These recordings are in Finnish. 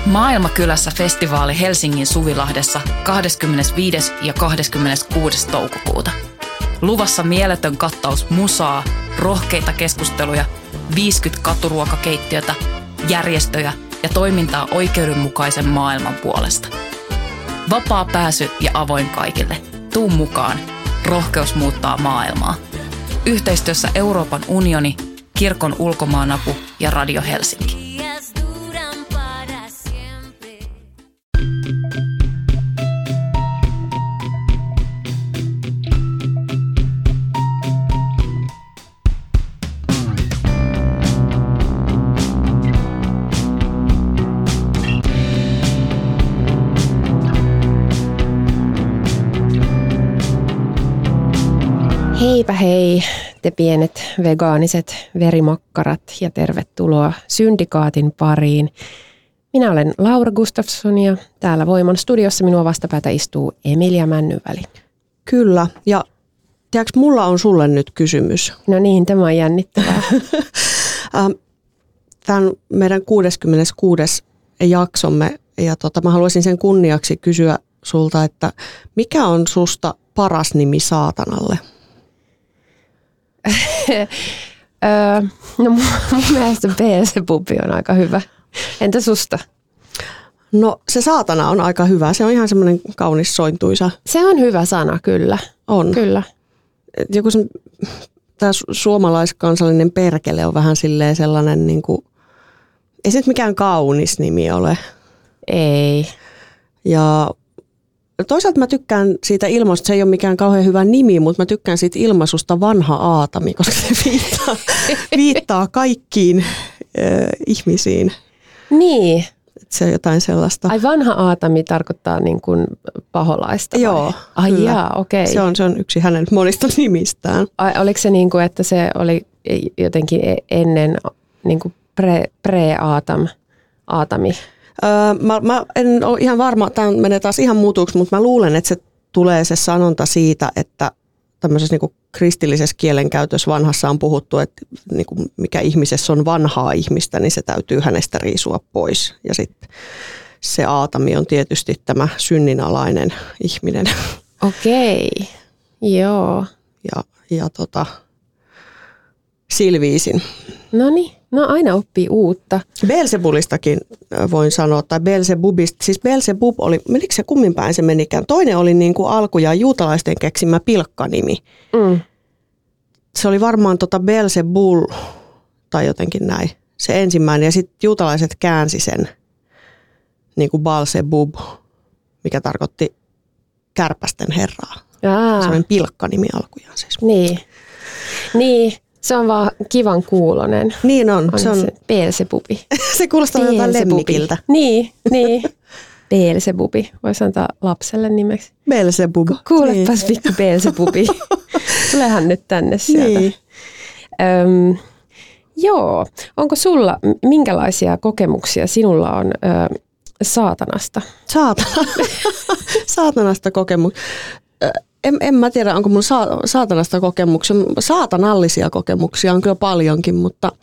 Maailmakylässä festivaali Helsingin Suvilahdessa 25. ja 26. toukokuuta. Luvassa mieletön kattaus musaa, rohkeita keskusteluja, 50 katuruokakeittiötä, järjestöjä ja toimintaa oikeudenmukaisen maailman puolesta. Vapaa pääsy ja avoin kaikille. Tuu mukaan. Rohkeus muuttaa maailmaa. Yhteistyössä Euroopan unioni, Kirkon Ulkomaanapu ja Radio Helsinki. Heipä hei, te pienet vegaaniset verimakkarat ja tervetuloa Syndikaatin pariin. Minä olen Laura Gustafsson ja täällä Voiman studiossa minua vastapäätä istuu Emilia Männyväli. Kyllä, ja tiedätkö, mulla on sulle nyt kysymys. No niin, tämä on jännittävää. Tämä on meidän 66. jaksomme ja mä haluaisin sen kunniaksi kysyä sulta, että mikä on susta paras nimi saatanalle? No mun mielestä Beelzebubi on aika hyvä. Entä susta? No se saatana on aika hyvä. Se on ihan semmoinen kaunis sointuisa. Se on hyvä sana, kyllä. On. Kyllä. Joku tämä suomalaiskansallinen perkele on vähän silleen sellainen, niin kuin, ei se nyt mikään kaunis nimi ole. Ei. Ja toisaalta mä tykkään siitä ilmasta, se ei ole mikään kauhean hyvä nimi, mutta mä tykkään siitä ilmaisusta vanha Aatami, koska se viittaa kaikkiin ihmisiin. Niin. Se on jotain sellaista. Ai vanha Aatami tarkoittaa niin kuin paholaista vai? Joo, ai kyllä. Jaa, okei. Se on yksi hänen monista nimistään. Ai, oliko se niin kuin, että se oli jotenkin ennen niin kuin Aatami? Mä en ole ihan varma, tämä menee taas ihan muutuksi, mutta mä luulen, että se tulee se sanonta siitä, että tämmöisessä niin kuin kristillisessä kielenkäytössä vanhassa on puhuttu, että niin kuin mikä ihmisessä on vanhaa ihmistä, niin se täytyy hänestä riisua pois. Ja sitten se Aatami on tietysti tämä synninalainen ihminen. Okei, joo. Ja silviisin. Noniin. No aina oppii uutta. Beelzebulistakin voin sanoa, tai Beelzebubista. Siis Beelzebub oli, menikö se kummin päin se menikään? Toinen oli niin kuin alkujaan juutalaisten keksimä pilkkanimi. Mm. Se oli varmaan Beelzebul tai jotenkin näin. Se ensimmäinen. Ja sitten juutalaiset käänsi sen niin kuin Baalzebub, mikä tarkoitti kärpästen herraa. Sellainen pilkkanimi alkujaan siis. Niin. Se on vaan kivan kuulonen. Niin on. Se on Beelzebubi. Se kuulostaa jotain lemmikiltä. Niin. Beelzebubi. Voisi antaa lapselle nimeksi. Beelzebub. Kuulepas pikku Beelzebubi. Tulehan nyt tänne sieltä. Niin. Joo. Onko sulla, minkälaisia kokemuksia sinulla on saatanasta? Saatanasta kokemuksia. En mä tiedä, onko mun saatanasta kokemuksia. Saatanallisia kokemuksia on kyllä paljonkin, mutta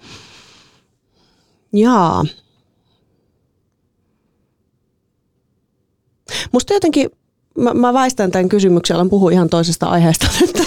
jaa. Musta jotenkin, mä väistän tämän kysymyksen, alan puhua ihan toisesta aiheesta.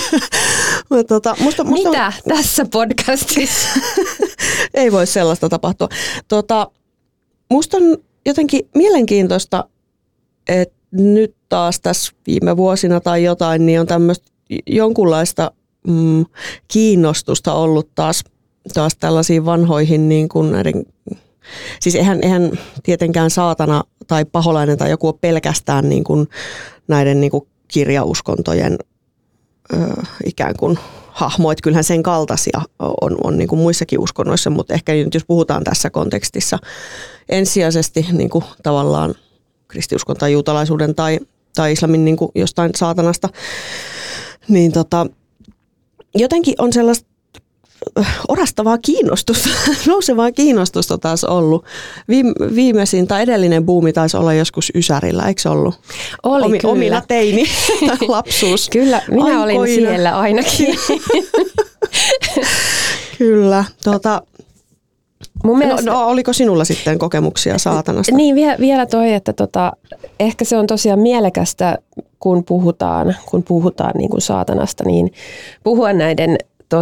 Mitä tässä podcastissa? Ei voi sellaista tapahtua. Musta on jotenkin mielenkiintoista, että nyt taas tässä viime vuosina tai jotain, niin on tämmöistä jonkunlaista kiinnostusta ollut taas tällaisiin vanhoihin niin kuin näiden, siis eihän tietenkään saatana tai paholainen tai joku ole pelkästään niin kuin näiden niin kuin kirjauskontojen ikään kuin hahmoit. Kyllähän sen kaltaisia on niin kuin muissakin uskonnoissa, mutta ehkä nyt jos puhutaan tässä kontekstissa ensisijaisesti niin kuin tavallaan kristiuskon tai juutalaisuuden tai islamin niin kuin jostain saatanasta, niin jotenkin on sellaista orastavaa kiinnostusta, nousevaa kiinnostusta taas ollut. Viimeisin tai edellinen buumi taisi olla joskus Ysärillä, eikö se ollut? Oli kyllä. Omilla teini lapsuus. Kyllä, minä olin siellä ainakin. Kyllä. mun mielestä, no, oliko sinulla sitten kokemuksia saatanasta? Niin, vielä toi, että ehkä se on tosiaan mielekästä, kun puhutaan niin kuin saatanasta, niin puhua näiden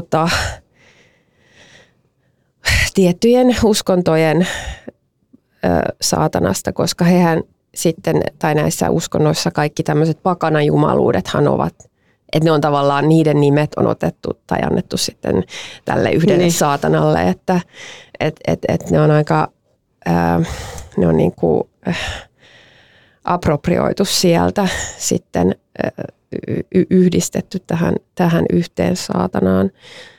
tiettyjen uskontojen saatanasta, koska hehän sitten, tai näissä uskonnoissa kaikki tämmöiset pakanajumaluudethan ovat, että ne on tavallaan, niiden nimet on otettu tai annettu sitten tälle yhdelle saatanalle, että ne on aika, ne on niin kuin approprioitu sieltä sitten yhdistetty tähän yhteen saatanaan.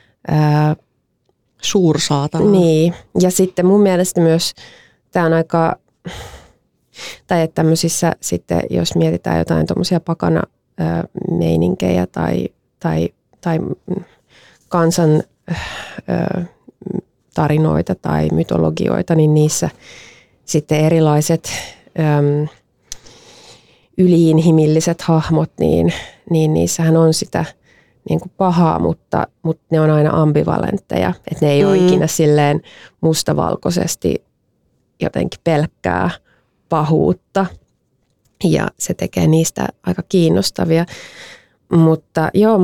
Suursaatana. Niin, ja sitten mun mielestä myös tämä on aika, tai että tämmöisissä sitten, jos mietitään jotain tuommoisia pakana meininkejä tai kansan tarinoita tai mytologioita, niin niissä sitten erilaiset yliinhimilliset hahmot, niin niissähän on sitä niin kuin pahaa, mutta ne on aina ambivalentteja, että ne ei ole ikinä silleen mustavalkoisesti jotenkin pelkkää pahuutta. Ja se tekee niistä aika kiinnostavia. Mutta joo,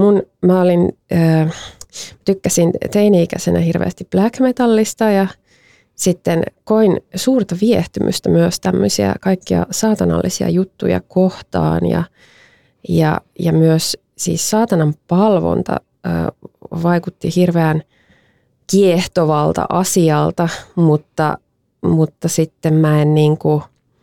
tykkäsin teini-ikäisenä hirveästi black metallista ja sitten koin suurta viehtymystä myös tämmöisiä kaikkia saatanallisia juttuja kohtaan ja myös siis saatanan palvonta vaikutti hirveän kiehtovalta asialta, mutta sitten mä en niinku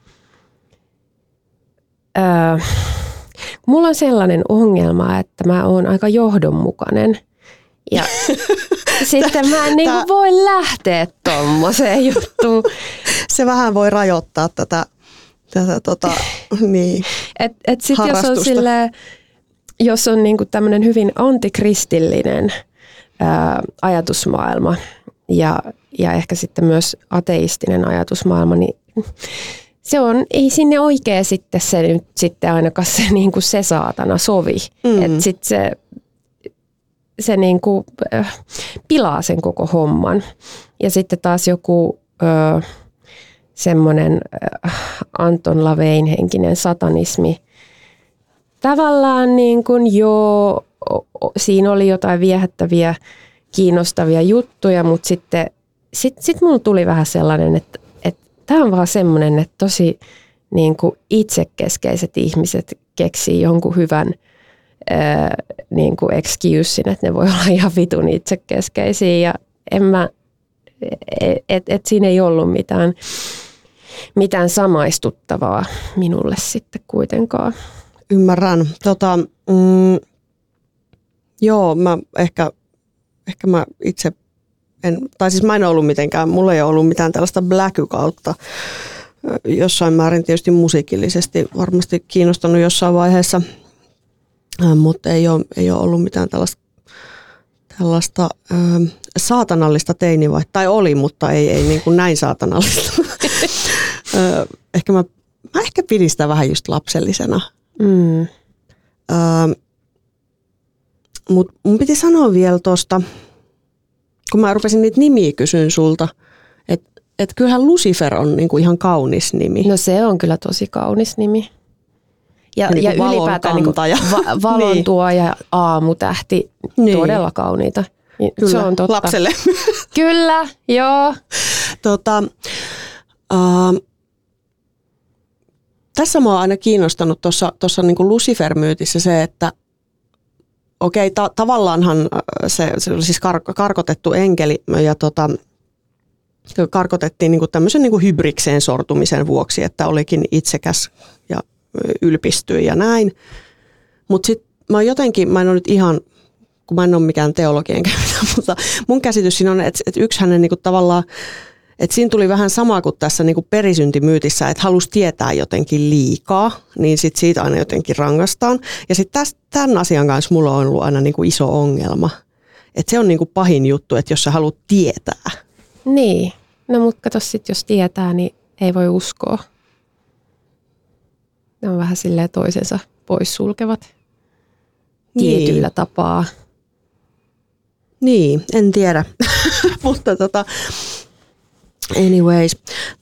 mulla on sellainen ongelma, että mä oon aika johdonmukainen ja sitten mä en niinku voi lähteä tommoseen juttuun. Se vähän voi rajoittaa tätä niin, et sit jos on niinku tämmönen hyvin antikristillinen ajatusmaailma ja ehkä sitten myös ateistinen ajatusmaailma, niin ei sinne oikein sitten se nyt sitten ainakaan se, niin kuin se saatana sovi. Että sitten se niin kuin, pilaa sen koko homman. Ja sitten taas joku semmoinen Anton LaVeyn henkinen satanismi. Tavallaan niin kuin siinä oli jotain viehättäviä, kiinnostavia juttuja, mutta sitten mulla tuli vähän sellainen, että tämä on vaan semmoinen, että tosi niin kuin itsekeskeiset ihmiset keksii jonkun hyvän niin kuin excusein, että ne voi olla ihan vitun itsekeskeisiä ja siinä ei ollut mitään samaistuttavaa minulle sitten kuitenkaan. Ymmärrän. Joo, mä ehkä mä itse mä en ollut mitenkään, mulla ei ollut mitään tällaista bläky-kautta. Jossain määrin tietysti musiikillisesti varmasti kiinnostanut jossain vaiheessa, mutta ei ole ollut mitään tällaista saatanallista teinivaihtoa. Tai oli, mutta ei niin kuin näin saatanallista. Mä ehkä pidin sitä vähän just lapsellisena. Mutta mun piti sanoa vielä tuosta, kun mä rupesin niitä nimiä kysyyn sulta, että kyllähän Lucifer on niinku ihan kaunis nimi. No se on kyllä tosi kaunis nimi. Ja ylipäätään niinku valon tuo ja aamutähti, niin. Todella kauniita. Kyllä, se on totta. Lapselle. Kyllä, joo. Tässä mä oon aina kiinnostanut tuossa niinku Lucifer-myytissä se, että okei, tavallaanhan se oli siis karkotettu enkeli ja karkotettiin niinku tämmöisen niinku hybrikseen sortumisen vuoksi, että olikin itsekäs ja ylpistyi ja näin. Mutta sitten mä en ole nyt ihan, kun mä en ole mikään teologian kävijä, mutta mun käsitys siinä on, että yksi hänen niinku tavallaan, että siinä tuli vähän sama kuin tässä niinku perisyntimyytissä, että halusi tietää jotenkin liikaa, niin sit siitä aina jotenkin rangaistaan. Ja sitten tämän asian kanssa mulla on ollut aina niinku iso ongelma. Että se on niinku pahin juttu, että jos sä haluat tietää. Niin, no mutta kato sit, jos tietää, niin ei voi uskoa. Ne on vähän silleen toisensa poissulkevat tietyllä tapaa. Niin, en tiedä. Mutta Anyways,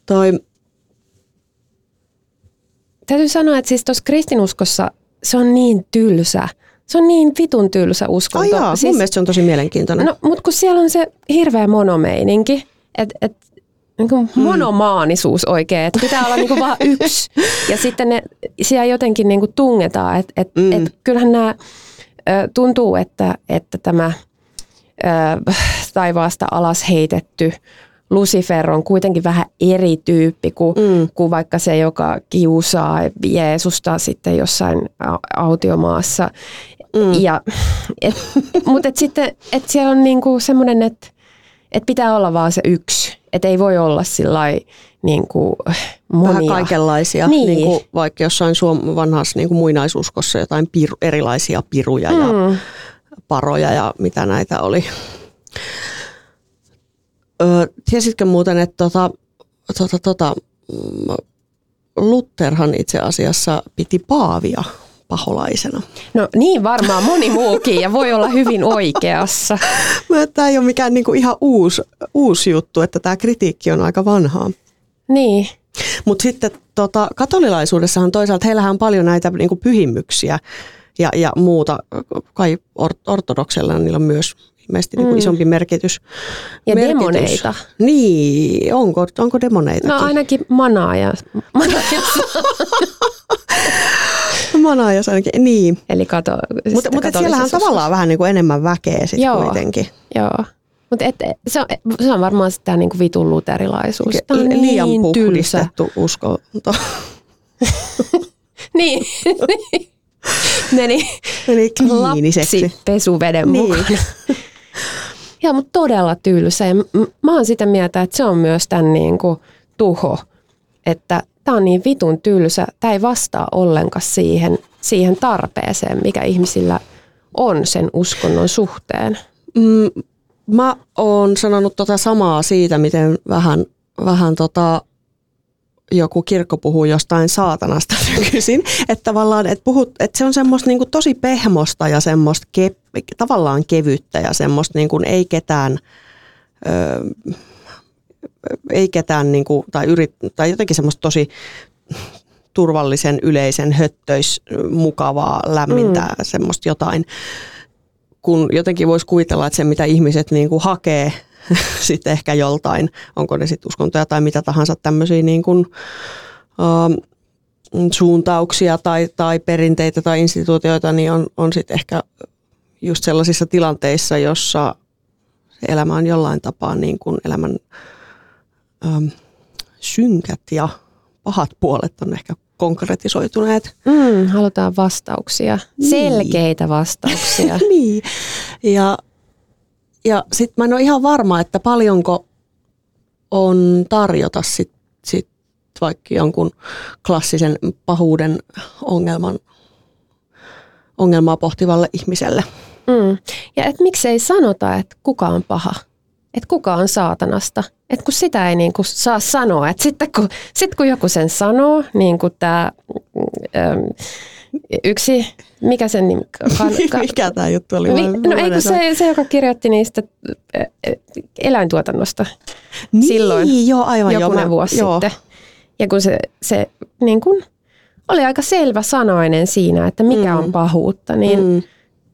Täytyy sanoa, että siis tuossa kristinuskossa se on niin tylsä. Se on niin vitun tylsä uskonto. Siis, mun mielestä se on tosi mielenkiintoinen. No, mutta kun siellä on se hirveä monomeininki, että niin monomaanisuus oikein, että pitää olla niin vaan yksi. Ja sitten siellä jotenkin niin tungetaan, että kyllähän nämä tuntuu, että tämä taivaasta alas heitetty Lucifer on kuitenkin vähän eri tyyppi kuin vaikka se, joka kiusaa Jeesusta sitten jossain autiomaassa. Mutta sitten et siellä on niinku semmoinen, että pitää olla vaan se yksi. Että ei voi olla sillai niinku monia. Vähän kaikenlaisia, niin. Niinku vaikka jossain vanhassa niinku muinaisuskossa jotain erilaisia piruja ja paroja ja mitä näitä oli. Tiesitkö muuten, että Lutherhan itse asiassa piti paavia paholaisena? No niin varmaan moni muukin ja voi olla hyvin oikeassa. Tämä ei ole mikään niinku ihan uusi juttu, että tämä kritiikki on aika vanhaa. Niin. Mutta sitten katolilaisuudessahan toisaalta heillähän on paljon näitä niinku pyhimyksiä ja muuta. Kai ortodoksella niillä on myös ilmeisesti niin isompi merkitys. Ja demoneita. Niin, onko demoneita? No ainakin manaaja. Manaajas ainakin, niin. Eli Mutta siellähän on tavallaan vähän niin kuin enemmän väkeä sitten kuitenkin. Joo. Mutta se on varmaan sitä niin kuin vitun luterilaisuus. Tämä on liian niin puhdistettu uskonto. Niin. Meni kliiniseksi. Lapsi pesuveden mukana. Ja mutta todella tylsä. Mä oon sitä mieltä, että se on myös tämän niin kuin tuho. Että tää on niin vitun tylsä. Tää ei vastaa ollenkaan siihen tarpeeseen, mikä ihmisillä on sen uskonnon suhteen. Mä oon sanonut samaa siitä, miten vähän joku kirkko puhuu jostain saatanasta nykyisin, että tavallaan että se on semmoista niinku tosi pehmosta ja semmoista tavallaan kevyttä ja semmoista niinku ei ketään niinku tai jotenkin semmoista tosi turvallisen yleisen mukavaa lämmintä semmoista jotain, kun jotenkin voisi kuvitella, että se mitä ihmiset niinku hakee sitten ehkä joltain, onko ne sitten uskontoja tai mitä tahansa tämmöisiä niin kuin, suuntauksia tai perinteitä tai instituutioita, niin on sitten ehkä just sellaisissa tilanteissa, jossa se elämä on jollain tapaa niin kuin elämän synkät ja pahat puolet on ehkä konkretisoituneet. Halutaan vastauksia, selkeitä vastauksia. Niin, ja sitten mä en ole ihan varma, että paljonko on tarjota sit vaikka jonkun klassisen pahuuden ongelmaa pohtivalle ihmiselle. Ja miksei sanota, että kuka on paha, että kuka on saatanasta. Että kun sitä ei niinku saa sanoa, että sitten kun joku sen sanoo, niin kuin tämä yksi, mikä sen nimi? Mikä tämä juttu oli? No eikö se, joka kirjoitti niistä eläintuotannosta silloin joo, aivan, jokunen vuosi sitten. Ja kun se niin kun oli aika selvä sanoinen siinä, että mikä on pahuutta, niin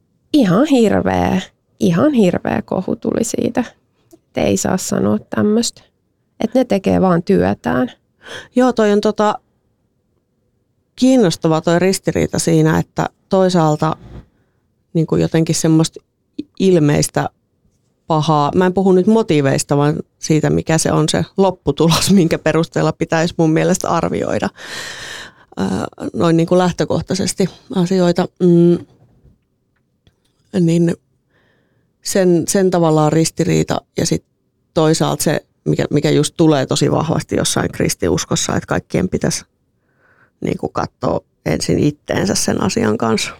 ihan hirveä kohu tuli siitä. Että ei saa sanoa tämmöistä. Että ne tekee vaan työtään. Joo, toi on kiinnostava toi ristiriita siinä, että toisaalta niin kuin jotenkin semmoista ilmeistä pahaa. Mä en puhu nyt motiiveista, vaan siitä, mikä se on se lopputulos, minkä perusteella pitäisi mun mielestä arvioida noin niin kuin lähtökohtaisesti asioita. Niin sen tavallaan ristiriita ja sitten toisaalta se, mikä just tulee tosi vahvasti jossain kristiuskossa, että kaikkien pitäisi niin kuin katsoa ensin itteensä sen asian kanssa.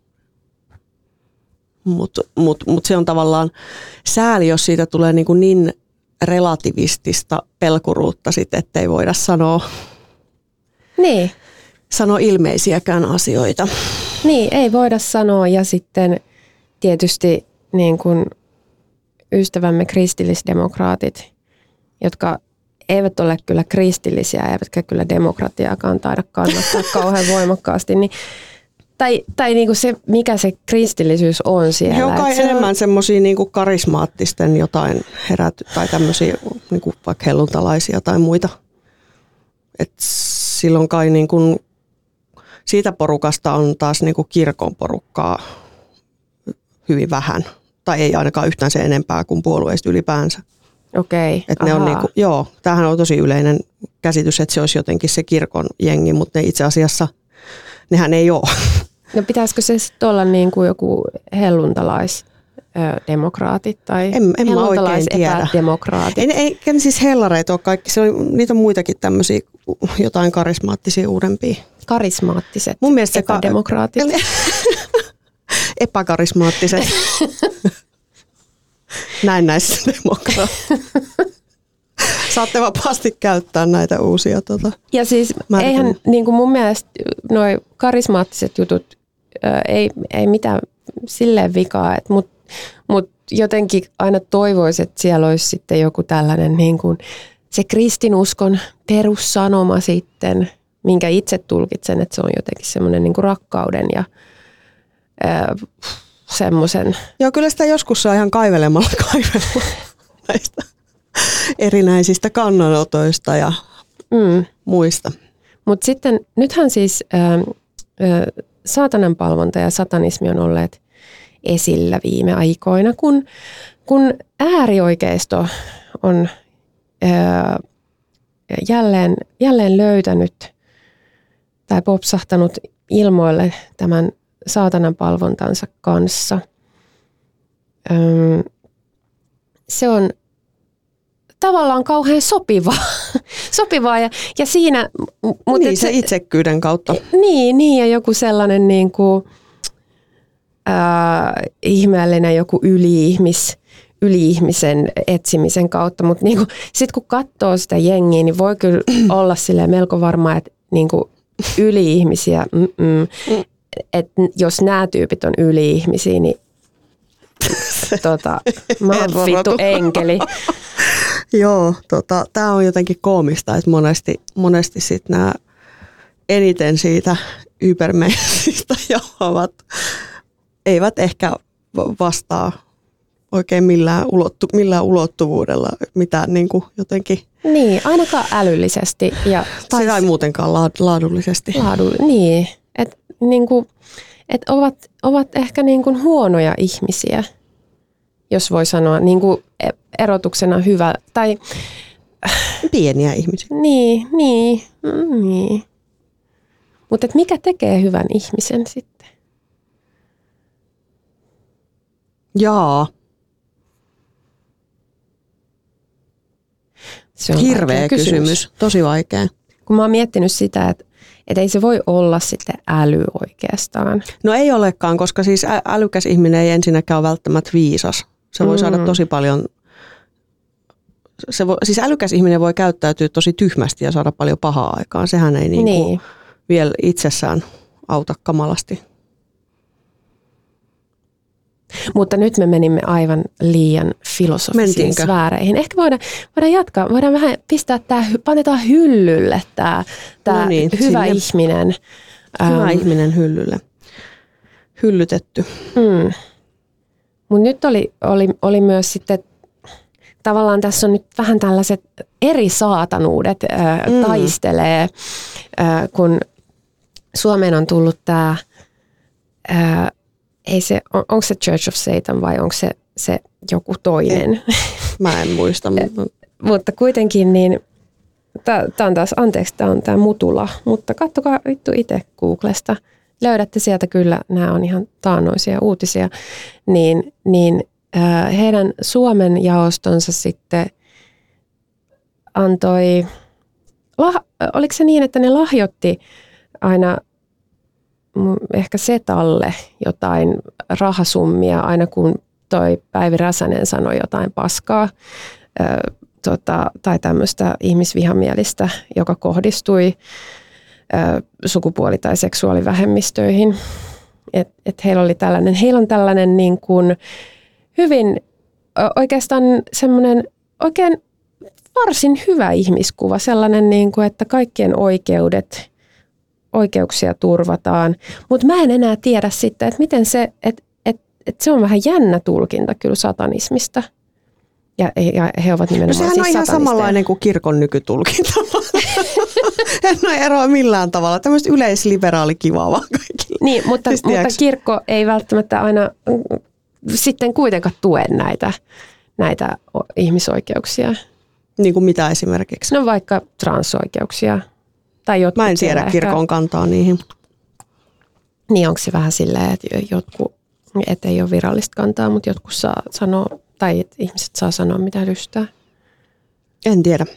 Mut se on tavallaan sääli, jos siitä tulee niin relativistista pelkuruutta sitten, ettei voida sanoa ilmeisiäkään asioita. Niin, ei voida sanoa ja sitten tietysti niin kuin ystävämme kristillisdemokraatit, jotka eivät ole kyllä kristillisiä, eivätkä kyllä demokratiaakaan taida kannattaa kauhean voimakkaasti, niin tai niinku se, mikä se kristillisyys on siellä. He on kai enemmän semmoisia niinku karismaattisten jotain tai tämmöisiä niinku vaikka helluntalaisia tai muita. Et silloin kai niinku, siitä porukasta on taas niinku kirkon porukkaa hyvin vähän. Tai ei ainakaan yhtään se enempää kuin puolueista ylipäänsä. Okei, että ne on niinku, joo, tämähän on tosi yleinen käsitys, että se olisi jotenkin se kirkon jengi, mutta ne itse asiassa, nehän ei ole. No pitäisikö se sitten olla niin kuin joku helluntalaisdemokraatit tai helluntalaisdemokraatit? Ei siis hellareita ole kaikki, niitä on muitakin tämmöisiä jotain karismaattisia uudempia. Karismaattiset mun mielestä epädemokraatit. Epäkarismaattiset. Näissä demokraatteja. Saatte vapaasti käyttää näitä uusia Ja siis eihän niin kuin mun mielestä noi karismaattiset jutut ei mitään silleen vikaa, mut jotenkin aina toivoisin, että siellä olisi sitten joku tällainen niin kuin se kristinuskon perussanoma sitten, minkä itse tulkitsen, että se on jotenkin semmoinen niin kuin rakkauden ja semmoisen. Joo, kyllä sitä joskus saa ihan kaivelemalla näistä erinäisistä kannanotoista ja muista. Mutta sitten nythän siis saatanan palvonta ja satanismi on olleet esillä viime aikoina, kun äärioikeisto on jälleen löytänyt tai popsahtanut ilmoille tämän saatanan palvontansa kanssa. Se on tavallaan kauhean sopivaa ja siinä. Niin se itsekkyyden kautta. Niin ja joku sellainen niin kuin, ihmeellinen joku yli-ihmisen etsimisen kautta, mutta niin sitten kun katsoo sitä jengiä, niin voi kyllä olla silleen melko varma, että niin kuin yli-ihmisiä, että jos nämä tyypit on yli-ihmisiä, niin mä oon vittu enkeli. Joo, tää on jotenkin koomista, että monesti sit nämä eniten siitä hypermeisistä johtavat eivät ehkä vastaa oikein millään ulottuvuudella mitään niin kuin jotenkin. Niin, ainakaan älyllisesti. Tai muutenkaan laadullisesti. Niin, että niinku, ovat ehkä niinku huonoja ihmisiä, jos voi sanoa niinku erotuksena hyvä. Tai pieniä ihmisiä. Niin. Mutta mikä tekee hyvän ihmisen sitten? Jaa. Se on hirveä kysymys. Tosi vaikea. Kun mä oon miettinyt sitä, että ei se voi olla sitten äly oikeastaan. No ei olekaan, koska siis älykäs ihminen ei ensinnäkään ole välttämättä viisas. Se voi saada tosi paljon. Siis älykäs ihminen voi käyttäytyä tosi tyhmästi ja saada paljon pahaa aikaan. Sehän ei niin. Vielä itsessään auta kamalasti. Mutta nyt me menimme aivan liian filosofisiin sfääreihin. Ehkä voidaan jatkaa. Voidaan vähän pistää panetaan hyllylle tämä hyvä ihminen. Hyvä ihminen hyllylle. Hyllytetty. Mutta nyt oli myös sitten, tavallaan tässä on nyt vähän tällaiset eri saatanuudet taistelee, kun Suomeen on tullut tämä, onko se Church of Satan vai onko se joku toinen? Mä en muista. Mutta kuitenkin niin, tämä on taas, anteeksi, tämä on tämä Mutula, mutta katsokaa vittu itse Googlesta. Löydätte sieltä kyllä, nämä on ihan taannoisia uutisia, niin heidän Suomen jaostonsa sitten antoi, oliko se niin, että ne lahjoitti aina ehkä Setalle jotain rahasummia, aina kun toi Päivi Räsänen sanoi jotain paskaa tai tämmöistä ihmisvihamielistä, joka kohdistui sukupuoli- tai seksuaalivähemmistöihin. Et heillä on tällainen niin kuin hyvin oikeastaan semmoinen oikein varsin hyvä ihmiskuva, sellainen, niin kuin, että kaikkien oikeuksia turvataan. Mutta mä en enää tiedä sitten, että miten se, että se on vähän jännä tulkinta kyllä satanismista. Ja he ovat nimenomaan sehän siis on ihan samanlainen kuin kirkon nykytulkinta. En ole eroa millään tavalla. Tämmöistä yleisliberaali kivaa vaan kaikille. Niin, mutta kirkko ei välttämättä aina sitten kuitenkaan tue näitä ihmisoikeuksia. Niin kuin mitä esimerkiksi? No vaikka transoikeuksia. Tai mä en tiedä kirkon kantaa niihin. Niin onko se vähän silleen, että että ei ole virallista kantaa, mutta jotkut saa sanoa, tai että ihmiset saa sanoa mitä lystää? En tiedä.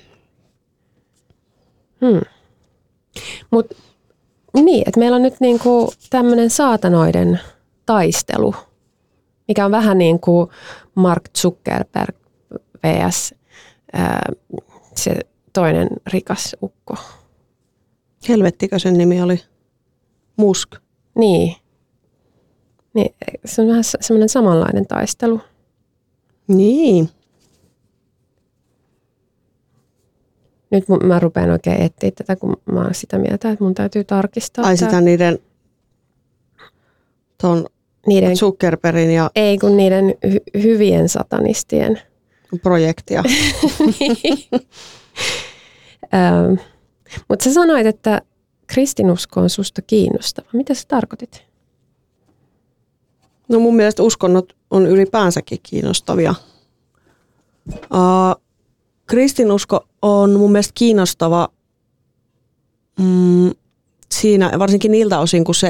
Mutta niin, että meillä on nyt niinku tämmöinen saatanoiden taistelu, mikä on vähän niin kuin Mark Zuckerberg vs. Se toinen rikas ukko. Helvettikö sen nimi oli? Musk. Niin, se on vähän semmoinen samanlainen taistelu. Niin. Nyt mä rupean oikein etsiä tätä, kun mä oon sitä mieltä, että mun täytyy tarkistaa. Ai sitä niiden Zuckerbergin ja... Ei, kun niiden hyvien satanistien. Projektia. Mutta sä sanoit, että kristinusko on susta kiinnostava. Mitä sä tarkoitit? No mun mielestä uskonnot on ylipäänsäkin kiinnostavia. Kristinusko on mun mielestä kiinnostava siinä, varsinkin niiltä osin, kun se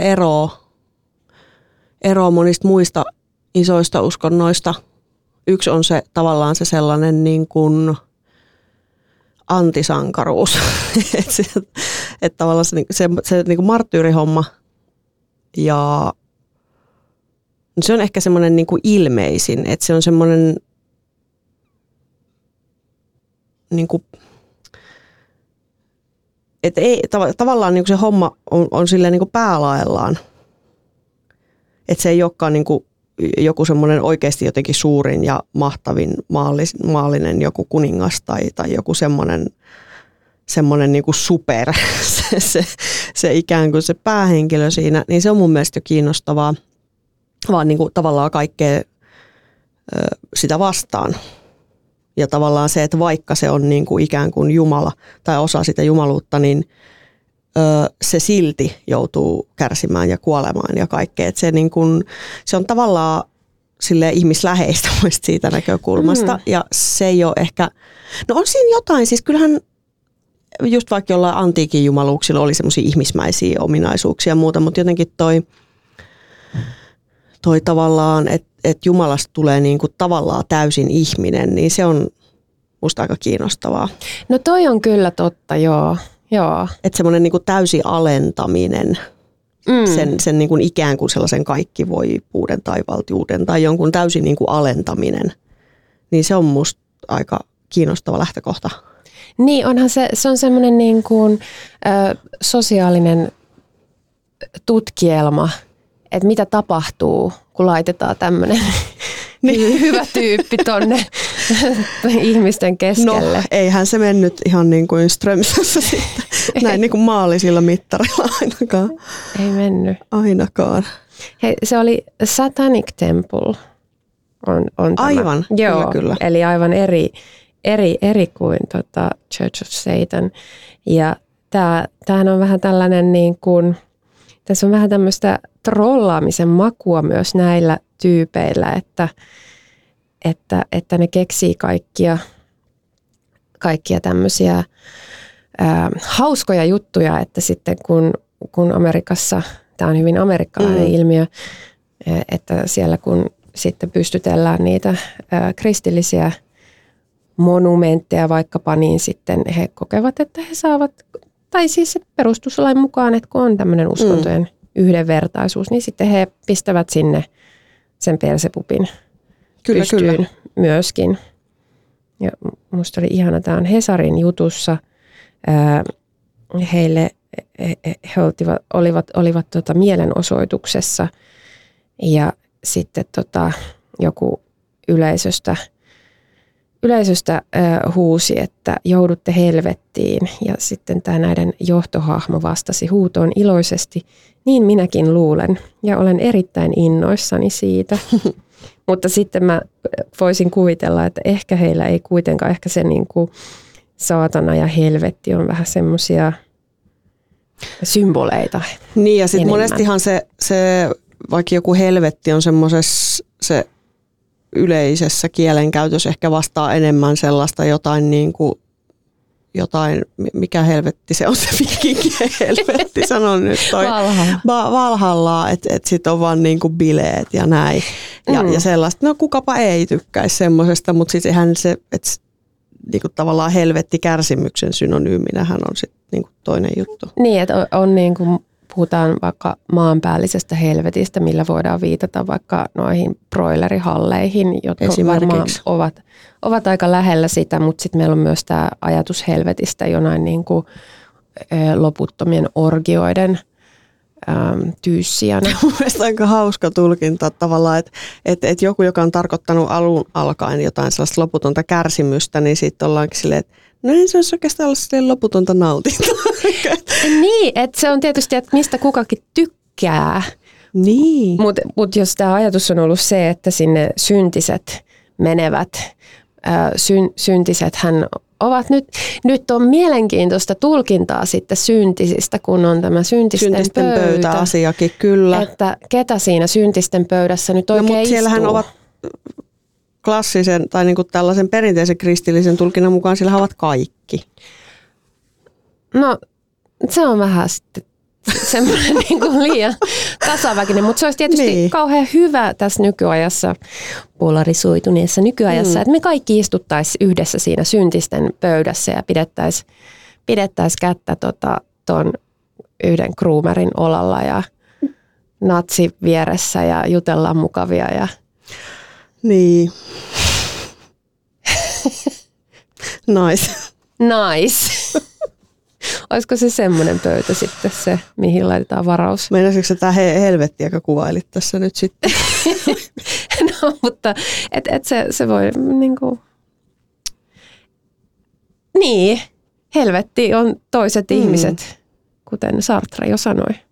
eroaa monista muista isoista uskonnoista. Yksi on se tavallaan se sellainen niin kuin antisankaruus. että tavallaan se niin kuin marttyyrihomma ja se on ehkä semmoinen niin kuin ilmeisin, että se on semmoinen niin kuin, että ei, tavallaan niin kuin se homma on silleen niin kuin päälaellaan. Että se ei olekaan niin kuin joku semmoinen oikeasti jotenkin suurin ja mahtavin maallinen joku kuningas tai joku semmoinen niin kuin super, se ikään kuin se päähenkilö siinä, niin se on mun mielestä jo kiinnostavaa, vaan niin kuin tavallaan kaikkea sitä vastaan. Ja tavallaan se, että vaikka se on niin kuin ikään kuin Jumala tai osa sitä jumaluutta, niin se silti joutuu kärsimään ja kuolemaan ja kaikkea. Että se on tavallaan silleen ihmisläheistä siitä näkökulmasta. Ja se ei ole ehkä, no on siinä jotain, siis kyllähän just vaikka jollain antiikin jumaluuksilla oli semmoisia ihmismäisiä ominaisuuksia ja muuta, mutta jotenkin toi tavallaan, että Jumalasta tulee niinku tavallaan täysin ihminen, niin se on musta aika kiinnostavaa. No toi on kyllä totta, joo. Että semmoinen niinku täysi alentaminen, sen niinku ikään kuin sellaisen kaikkivoipuuden tai valtiuden tai jonkun täysin niinku alentaminen, niin se on musta aika kiinnostava lähtökohta. Niin, onhan se on semmoinen niin kuin sosiaalinen tutkielma, että mitä tapahtuu, kun laitetaan tämmöinen hyvä tyyppi tonne ihmisten keskelle. No, eihän se mennyt ihan niin kuin Strömsössä sitten, näin niin kuin maallisilla mittarilla ainakaan. Ei mennyt. Ainakaan. Hei, se oli Satanic Temple. On aivan, joo, kyllä. Eli aivan eri kuin Church of Satan. Ja tämähän on vähän tällainen niin kuin, tässä on vähän tämmöistä trollaamisen makua myös näillä tyypeillä, että ne keksii kaikkia tämmöisiä hauskoja juttuja, että sitten kun Amerikassa, tämä on hyvin amerikkalainen ilmiö, että siellä kun sitten pystytellään niitä kristillisiä monumentteja vaikkapa, niin sitten he kokevat, että he saavat, tai siis perustuslain mukaan, että kun on tämmöinen uskontojen yhdenvertaisuus, niin sitten he pistävät sinne sen persepupin pystyyn myöskin. Ja musta oli ihana, tämä on Hesarin jutussa. He olivat mielenosoituksessa ja sitten joku yleisöstä yleisöstä huusi, että joudutte helvettiin, ja sitten tämä näiden johtohahmo vastasi huutoon iloisesti, niin minäkin luulen ja olen erittäin innoissani siitä. Mutta sitten mä voisin kuvitella, että ehkä heillä ei kuitenkaan, ehkä se niin kuin saatana ja helvetti on vähän semmoisia symboleita. Niin ja sitten monestihan se, vaikka joku helvetti on semmoisessa se yleisessä kielenkäytössä ehkä vastaa enemmän sellaista jotain niin kuin jotain, mikä helvetti se on se vikinkien helvetti, sanon nyt toi. Valhalla, että sit on vaan niinku bileet ja näin. Ja sellaista, no kukapa ei tykkäisi semmoisesta, mutta sitten eihän se, että niinku tavallaan helvetti kärsimyksen synonyyminähän on sitten niinku toinen juttu. Niin, että on niinku, puhutaan vaikka maanpäällisestä helvetistä, millä voidaan viitata vaikka noihin broilerihalleihin, jotka varmaan ovat aika lähellä sitä, mutta sitten meillä on myös tämä ajatus helvetistä jonain niin kuin, loputtomien orgioiden tyyssijänä. Mielestäni aika hauska tulkinta tavallaan, että joku, joka on tarkoittanut alun alkaen jotain sellaista loputonta kärsimystä, niin sitten ollaankin silleen, että no ei se olisi oikeastaan olla loputonta nautintaa. Niin, että se on tietysti, että mistä kukakin tykkää. Niin. Mutta jos tämä ajatus on ollut se, että sinne syntiset menevät, syntisethän ovat nyt on mielenkiintoista tulkintaa sitten syntisistä, kun on tämä syntisten pöytä-asiakin, kyllä. Että ketä siinä syntisten pöydässä nyt oikein mutta siellähän istuu. ovat klassisen tai niinku tällaisen perinteisen kristillisen tulkinnan mukaan, siellä ovat kaikki. No se on vähän sitten semmoinen niin kuin liian tasaväkinen, mutta se olisi tietysti kauhean hyvä tässä nykyajassa, polarisoituneessa nykyajassa, että me kaikki istuttaisiin yhdessä siinä syntisten pöydässä ja pidettäisiin kättä ton yhden kruumerin olalla ja natsi vieressä ja jutellaan mukavia. Ja niin. Nice. Olisiko se semmoinen pöytä sitten se, mihin laitetaan varaus? Meinasitko sä tämä helvetti, joka kuvailit tässä nyt sitten? No, mutta se voi niinku. Niin, helvetti on toiset ihmiset, kuten Sartre jo sanoi.